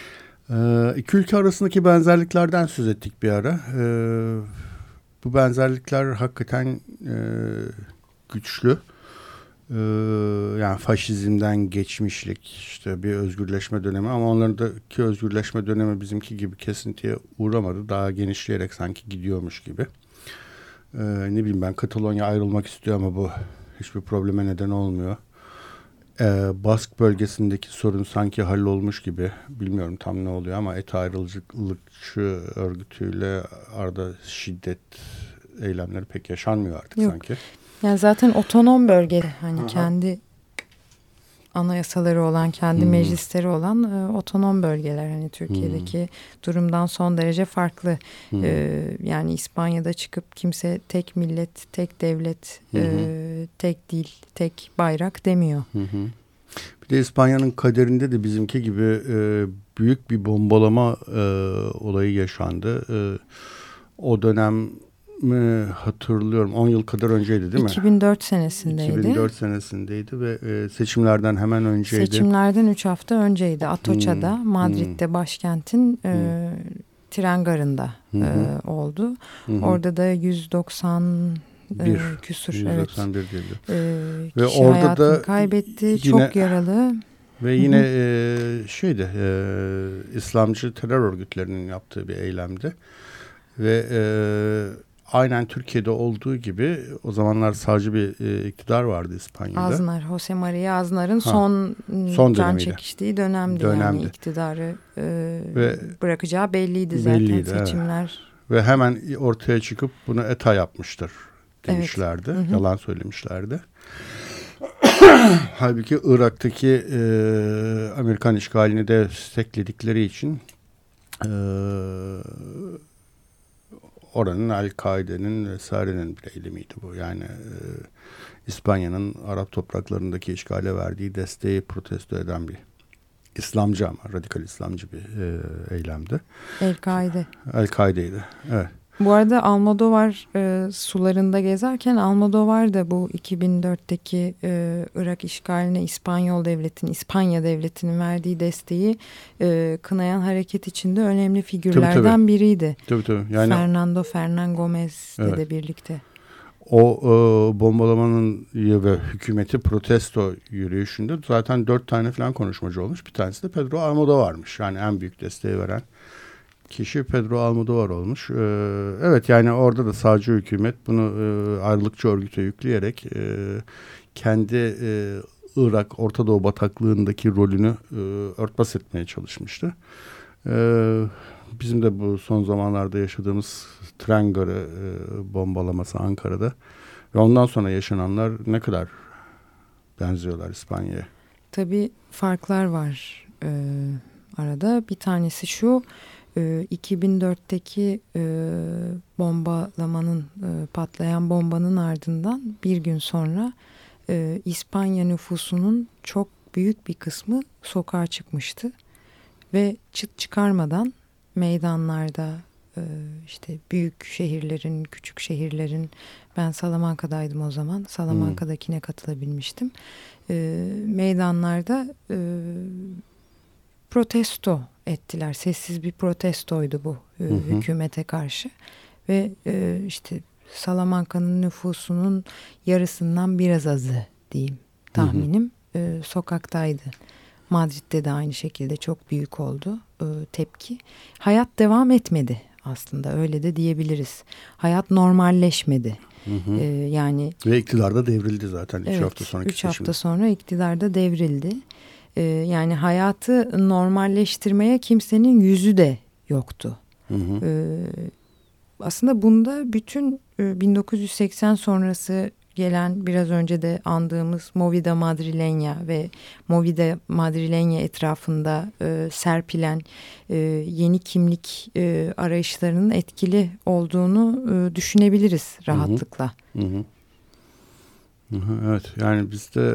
İki ülke arasındaki benzerliklerden söz ettik bir ara. Bu benzerlikler hakikaten güçlü. Yani faşizmden geçmişlik, işte bir özgürleşme dönemi, ama onlardaki özgürleşme dönemi bizimki gibi kesintiye uğramadı. Daha genişleyerek sanki gidiyormuş gibi. Ne bileyim ben, Katalonya ayrılmak istiyor ama bu hiçbir probleme neden olmuyor. Bask bölgesindeki sorun sanki hallolmuş gibi. Bilmiyorum tam ne oluyor ama ETA ayrılıkçı örgütüyle arada şiddet eylemleri pek yaşanmıyor artık. Yok. Sanki. Yani zaten otonom bölge, hani kendi anayasaları olan, kendi meclisleri olan otonom bölgeler. Hani Türkiye'deki durumdan son derece farklı. Yani İspanya'da çıkıp kimse tek millet, tek devlet, tek dil, tek bayrak demiyor. Bir de İspanya'nın kaderinde de bizimki gibi büyük bir bombalama olayı yaşandı. O dönem hatırlıyorum, 10 yıl kadar önceydi değil mi? 2004 senesindeydi. 2004 senesindeydi ve seçimlerden hemen önceydi. Seçimlerden 3 hafta önceydi. Atoça'da, Madrid'de, başkentin tren garında oldu. Orada da 190 küsur 191 evet. Ve kişi orada hayatını da kaybetti. Yine, çok yaralı. Ve yine İslamcı terör örgütlerinin yaptığı bir eylemdi. Ve aynen Türkiye'de olduğu gibi o zamanlar sağcı bir iktidar vardı İspanya'da. Aznar, Jose Maria Aznar'ın son can çekiştiği dönemdi. Yani iktidarı bırakacağı belliydi zaten seçimler. Evet. Ve hemen ortaya çıkıp bunu ETA yapmıştır demişlerdi. Evet. Yalan söylemişlerdi. Halbuki Irak'taki Amerikan işgalini destekledikleri için oranın El-Kaide'nin vesairenin bir eylemiydi bu. Yani İspanya'nın Arap topraklarındaki işgale verdiği desteği protesto eden bir İslamcı, ama radikal İslamcı bir eylemdi. El-Kaide. El-Kaide'ydi, evet. Bu arada Almodóvar sularında gezerken, Almodóvar da bu 2004'teki Irak işgaline İspanya devletinin verdiği desteği kınayan hareket içinde önemli figürlerden biriydi. Tabii. Yani, Fernan Gomez'le de birlikte. O bombalamanın ve hükümeti protesto yürüyüşünde zaten 4 tane falan konuşmacı olmuş. Bir tanesi de Pedro Almodóvar'mış. Yani en büyük desteği veren kişi Pedro Almodóvar olmuş. Evet, yani orada da sağcı hükümet bunu ayrılıkçı örgüte yükleyerek kendi Irak, Orta Doğu bataklığındaki rolünü örtbas etmeye çalışmıştı. Bizim de bu son zamanlarda yaşadığımız tren garı bombalaması Ankara'da ve ondan sonra yaşananlar ne kadar benziyorlar İspanya'ya. Tabii farklar var arada. Bir tanesi şu: 2004'teki bombalamanın, patlayan bombanın ardından bir gün sonra İspanya nüfusunun çok büyük bir kısmı sokağa çıkmıştı. Ve çıt çıkarmadan meydanlarda işte büyük şehirlerin, küçük şehirlerin, ben Salamanca'daydım o zaman. Salamanca'dakine katılabilmiştim. Meydanlarda protesto ettiler. Sessiz bir protestoydu bu hükümete karşı. Ve işte Salamanca'nın nüfusunun yarısından biraz azı diyeyim tahminim sokaktaydı. Madrid'de de aynı şekilde çok büyük oldu tepki. Hayat devam etmedi aslında, öyle de diyebiliriz. Hayat normalleşmedi. Yani ve iktidarda devrildi zaten 3 evet, hafta sonraki 3 hafta sonra iktidarda devrildi. Yani hayatı normalleştirmeye kimsenin yüzü de yoktu. Aslında bunda bütün 1980 sonrası gelen, biraz önce de andığımız Movida Madrileña ve Movida Madrileña etrafında serpilen yeni kimlik arayışlarının etkili olduğunu düşünebiliriz rahatlıkla. Evet, yani bizde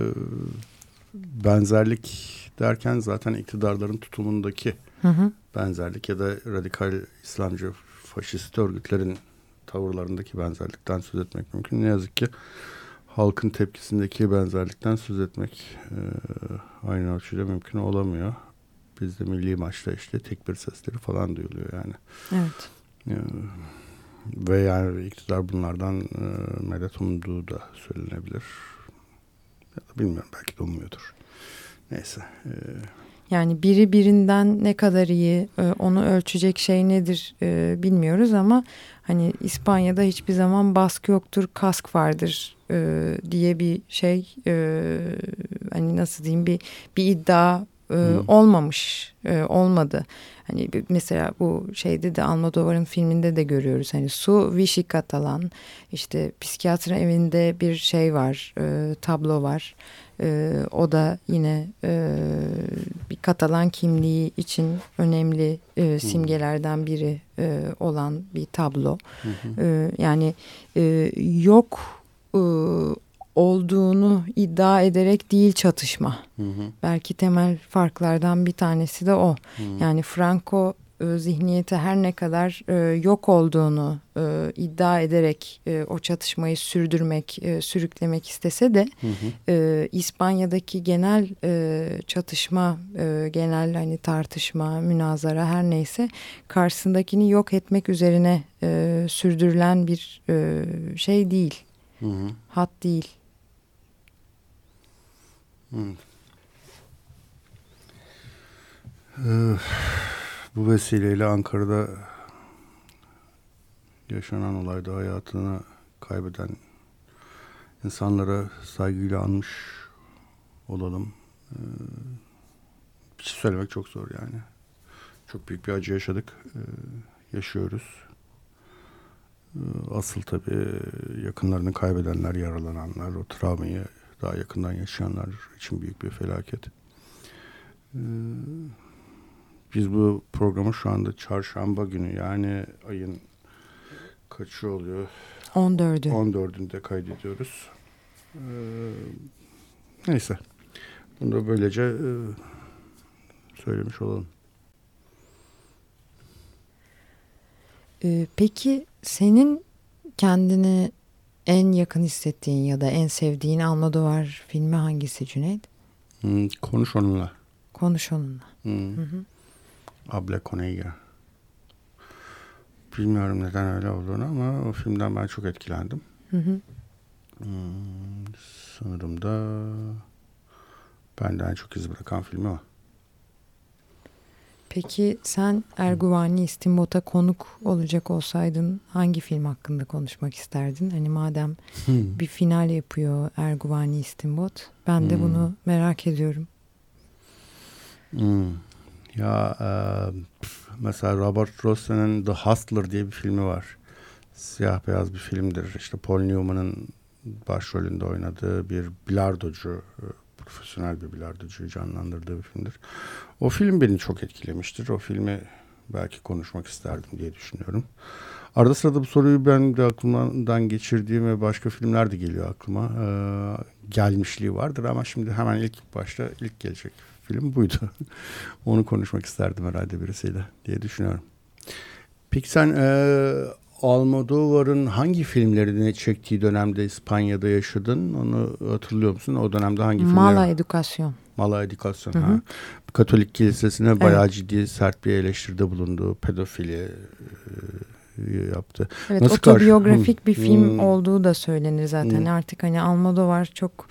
benzerlik derken zaten iktidarların tutumundaki benzerlik ya da radikal İslamcı faşist örgütlerin tavırlarındaki benzerlikten söz etmek mümkün. Ne yazık ki halkın tepkisindeki benzerlikten söz etmek aynı ölçüde mümkün olamıyor. Bizde milli maçta işte tekbir sesleri falan duyuluyor yani. Evet. Ve yani iktidar bunlardan medet umduğu da söylenebilir. Ya da bilmiyorum, belki de ummuyordur. Neyse. Yani biri birinden ne kadar iyi, onu ölçecek şey nedir bilmiyoruz ama hani İspanya'da hiçbir zaman baskı yoktur, kask vardır diye bir şey, hani nasıl diyeyim, bir iddia olmamış, olmadı. Hani mesela bu şeyde de, Almodóvar'ın filminde de görüyoruz. Hani Su Vichy Catalan, işte psikiyatri evinde bir şey var, tablo var. O da yine bir Katalan kimliği için önemli simgelerden biri olan bir tablo. Yani yok olduğunu iddia ederek değil çatışma. Belki temel farklardan bir tanesi de o. Yani Franco zihniyeti her ne kadar yok olduğunu iddia ederek o çatışmayı sürdürmek, sürüklemek istese de İspanya'daki genel çatışma, genel hani tartışma, münazara her neyse karşısındakini yok etmek üzerine sürdürülen bir şey değil. Hat değil. Bu vesileyle Ankara'da yaşanan olayda hayatını kaybeden insanlara saygıyla anmış olalım. Bir şey söylemek çok zor yani. Çok büyük bir acı yaşadık. Yaşıyoruz. Asıl tabii yakınlarını kaybedenler, yaralananlar, o travmayı daha yakından yaşayanlar için büyük bir felaket. Biz bu programı şu anda çarşamba günü, yani ayın kaçı oluyor? 14'ü. 14'ünde kaydediyoruz. Neyse. Bunu da böylece söylemiş olalım. Peki senin kendini en yakın hissettiğin ya da en sevdiğin Almodóvar filmi hangisi Cüneyt? Konuş onunla. Konuş onunla. Habla con ella. Bilmiyorum neden öyle olduğunu ama o filmden ben çok etkilendim. Sanırım da benden en çok iz bırakan filmi o. Peki sen Erguvani İstimbot'a konuk olacak olsaydın hangi film hakkında konuşmak isterdin? Hani madem bir final yapıyor Erguvani İstimbot, ben de bunu merak ediyorum. Ya mesela Robert Ross'un The Hustler diye bir filmi var. Siyah beyaz bir filmdir. İşte Paul Newman'ın başrolünde oynadığı bir bilardocu, profesyonel bir bilardocuyu canlandırdığı bir filmdir. O film beni çok etkilemiştir. O filmi belki konuşmak isterdim diye düşünüyorum. Arada sırada bu soruyu ben de aklımdan geçirdiğim ve başka filmler de geliyor aklıma. Gelmişliği vardır ama şimdi hemen ilk gelecek film buydu. Onu konuşmak isterdim herhalde birisiyle diye düşünüyorum. Peki sen Almodóvar'ın hangi filmlerini çektiği dönemde İspanya'da yaşadın? Onu hatırlıyor musun? O dönemde hangi filmler? Mala Edukasyon. Mala Edukasyon. Ha. Katolik kilisesine bayağı ciddi, sert bir eleştiride bulundu. Pedofili yaptı. Evet, nasıl otobiyografik bir film olduğu da söylenir zaten. Artık hani Almodóvar çok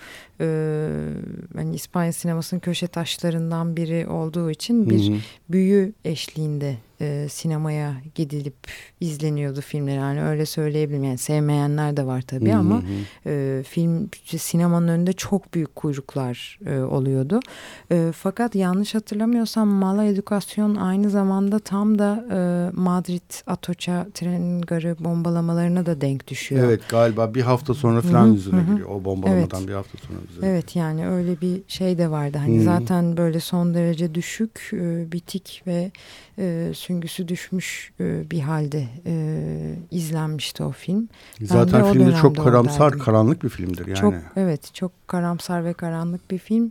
hani İspanya sinemasının köşe taşlarından biri olduğu için bir büyü eşliğinde sinemaya gidilip izleniyordu filmler. Yani öyle söyleyebilirim. Yani sevmeyenler de var tabii ama sinemanın önünde çok büyük kuyruklar oluyordu. Fakat yanlış hatırlamıyorsam Mala Edukasyon aynı zamanda tam da Madrid Atocha tren garı bombalamalarına da denk düşüyor. Evet, galiba bir hafta sonra falan yüzüne giriyor. O bombalamadan bir hafta sonra yüzüne. Evet, yani öyle bir şey de vardı. Hani zaten böyle son derece düşük, bitik ve süngüsü düşmüş bir halde izlenmişti o film. Zaten filmde çok karamsar, karanlık bir filmdir yani. Çok karamsar ve karanlık bir film.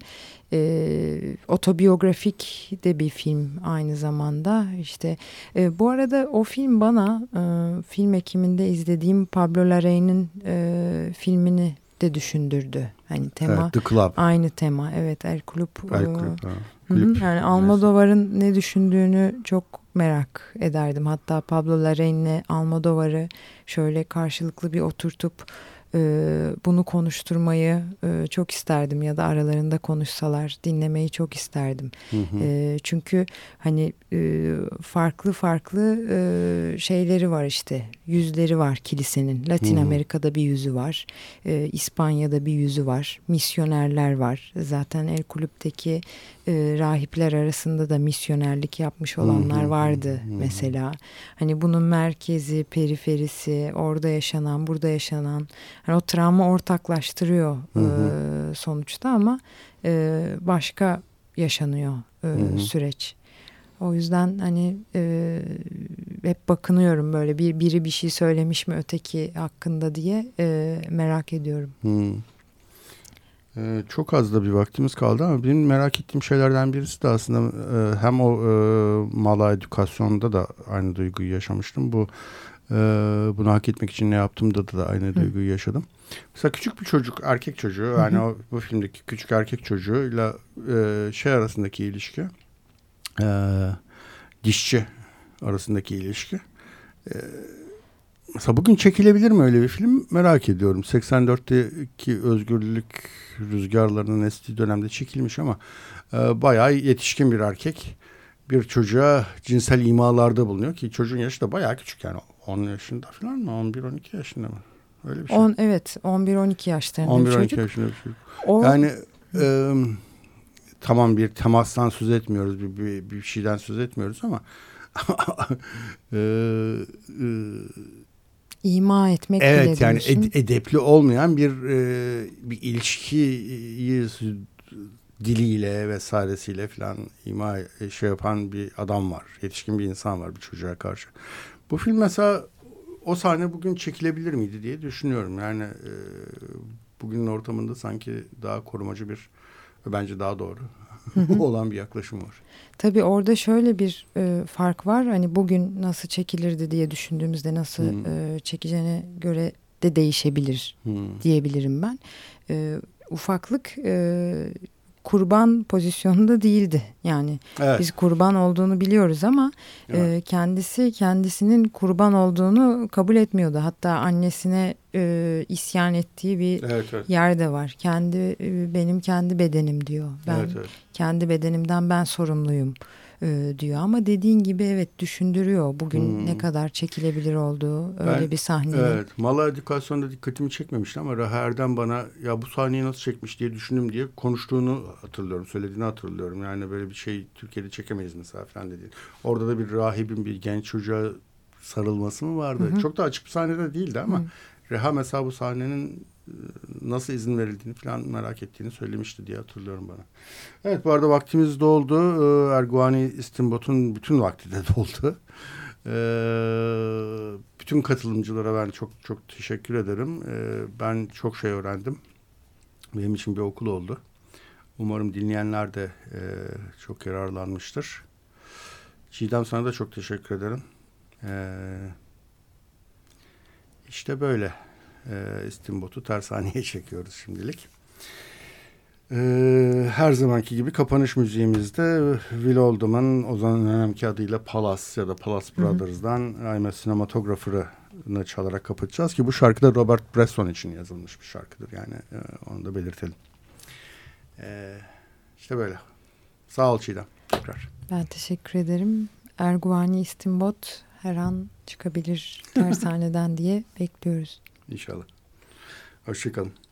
Otobiyografik de bir film aynı zamanda. İşte bu arada o film bana film ekiminde izlediğim Pablo Larraín'in filmini de düşündürdü. Hani tema, evet, The Club. Aynı tema. Evet, El Club. Yani Almodóvar'ın ne düşündüğünü çok merak ederdim. Hatta Pablo Larraín'le Almodóvar'ı şöyle karşılıklı bir oturtup bunu konuşturmayı çok isterdim ya da aralarında konuşsalar dinlemeyi çok isterdim. Çünkü hani farklı şeyleri var işte, yüzleri var kilisenin. Latin Amerika'da bir yüzü var, İspanya'da bir yüzü var, misyonerler var. Zaten El Kulüp'teki rahipler arasında da misyonerlik yapmış olanlar vardı mesela. Hani bunun merkezi, periferisi, orada yaşanan, burada yaşanan, hani o travma ortaklaştırıyor sonuçta ama başka yaşanıyor süreç. O yüzden hani hep bakınıyorum böyle biri bir şey söylemiş mi öteki hakkında diye merak ediyorum. Çok az da bir vaktimiz kaldı ama benim merak ettiğim şeylerden birisi de aslında hem o Mala Edukasyon'da da aynı duyguyu yaşamıştım. Bunu hak etmek için ne yaptığımda da aynı duyguyu yaşadım. Mesela küçük bir çocuk, erkek çocuğu, yani bu filmdeki küçük erkek çocuğuyla arasındaki ilişki, dişçi arasındaki ilişki. Mesela bugün çekilebilir mi öyle bir film? Merak ediyorum. 84'teki özgürlük rüzgarlarının estiği dönemde çekilmiş ama bayağı yetişkin bir erkek bir çocuğa cinsel imalarda bulunuyor ki çocuğun yaşı da bayağı küçük, yani 10 yaşında falan mı? 11-12 yaşında mı? Öyle bir şey. 11-12 yaşlarında bir çocuk. 11-12 yaşında bir çocuk. Yani tamam, bir temastan söz etmiyoruz, bir şeyden söz etmiyoruz ama ima etmek evet, bile yani diyorsun. edepli olmayan bir ilişkiyi diliyle vesairesiyle falan yapan bir adam var. Yetişkin bir insan var bir çocuğa karşı. Bu film mesela o sahne bugün çekilebilir miydi diye düşünüyorum. Yani bugünün ortamında sanki daha korumacı bir ve bence daha doğru olan bir yaklaşım var. Tabii orada şöyle bir fark var. Hani bugün nasıl çekilirdi diye düşündüğümüzde nasıl çekeceğine göre de değişebilir diyebilirim ben. Ufaklık kurban pozisyonunda değildi. Yani biz kurban olduğunu biliyoruz ama kendisinin kurban olduğunu kabul etmiyordu. Hatta annesine isyan ettiği bir yer de var. Benim kendi bedenim diyor. Ben kendi bedenimden ben sorumluyum diyor. Ama dediğin gibi evet, düşündürüyor. Bugün ne kadar çekilebilir olduğu öyle bir sahne. Evet. Mala Edukasyon'da dikkatimi çekmemişti ama Raha Erdem bana ya bu sahneyi nasıl çekmiş diye düşündüm diye konuştuğunu hatırlıyorum. Söylediğini hatırlıyorum. Yani böyle bir şey Türkiye'de çekemeyiz mesela falan dedi. Orada da bir rahibin bir genç çocuğa sarılması mı vardı? Çok da açık bir sahnede değildi ama Reha mesela bu sahnenin nasıl izin verildiğini falan merak ettiğini söylemişti diye hatırlıyorum bana. Evet, bu arada vaktimiz doldu. Erguvani İstimbot'un bütün vakti de doldu. Bütün katılımcılara ben çok çok teşekkür ederim. Ben çok şey öğrendim. Benim için bir okul oldu. Umarım dinleyenler de çok yararlanmıştır. Çiğdem, sana da çok teşekkür ederim. İşte böyle. İstimbot'u tersaneye çekiyoruz şimdilik. Her zamanki gibi kapanış müziğimizde Will Oldham'ın o zaman önemli adıyla Palace ya da Palace Brothers'dan I'm a Cinematographer'ını çalarak kapatacağız ki bu şarkı da Robert Bresson için yazılmış bir şarkıdır. Yani onu da belirtelim. İşte böyle. Sağ ol Çiğdem. Tekrar. Ben teşekkür ederim. Erguvani İstimbot her an çıkabilir tersaneden diye bekliyoruz. İnşallah. Hoşçakalın.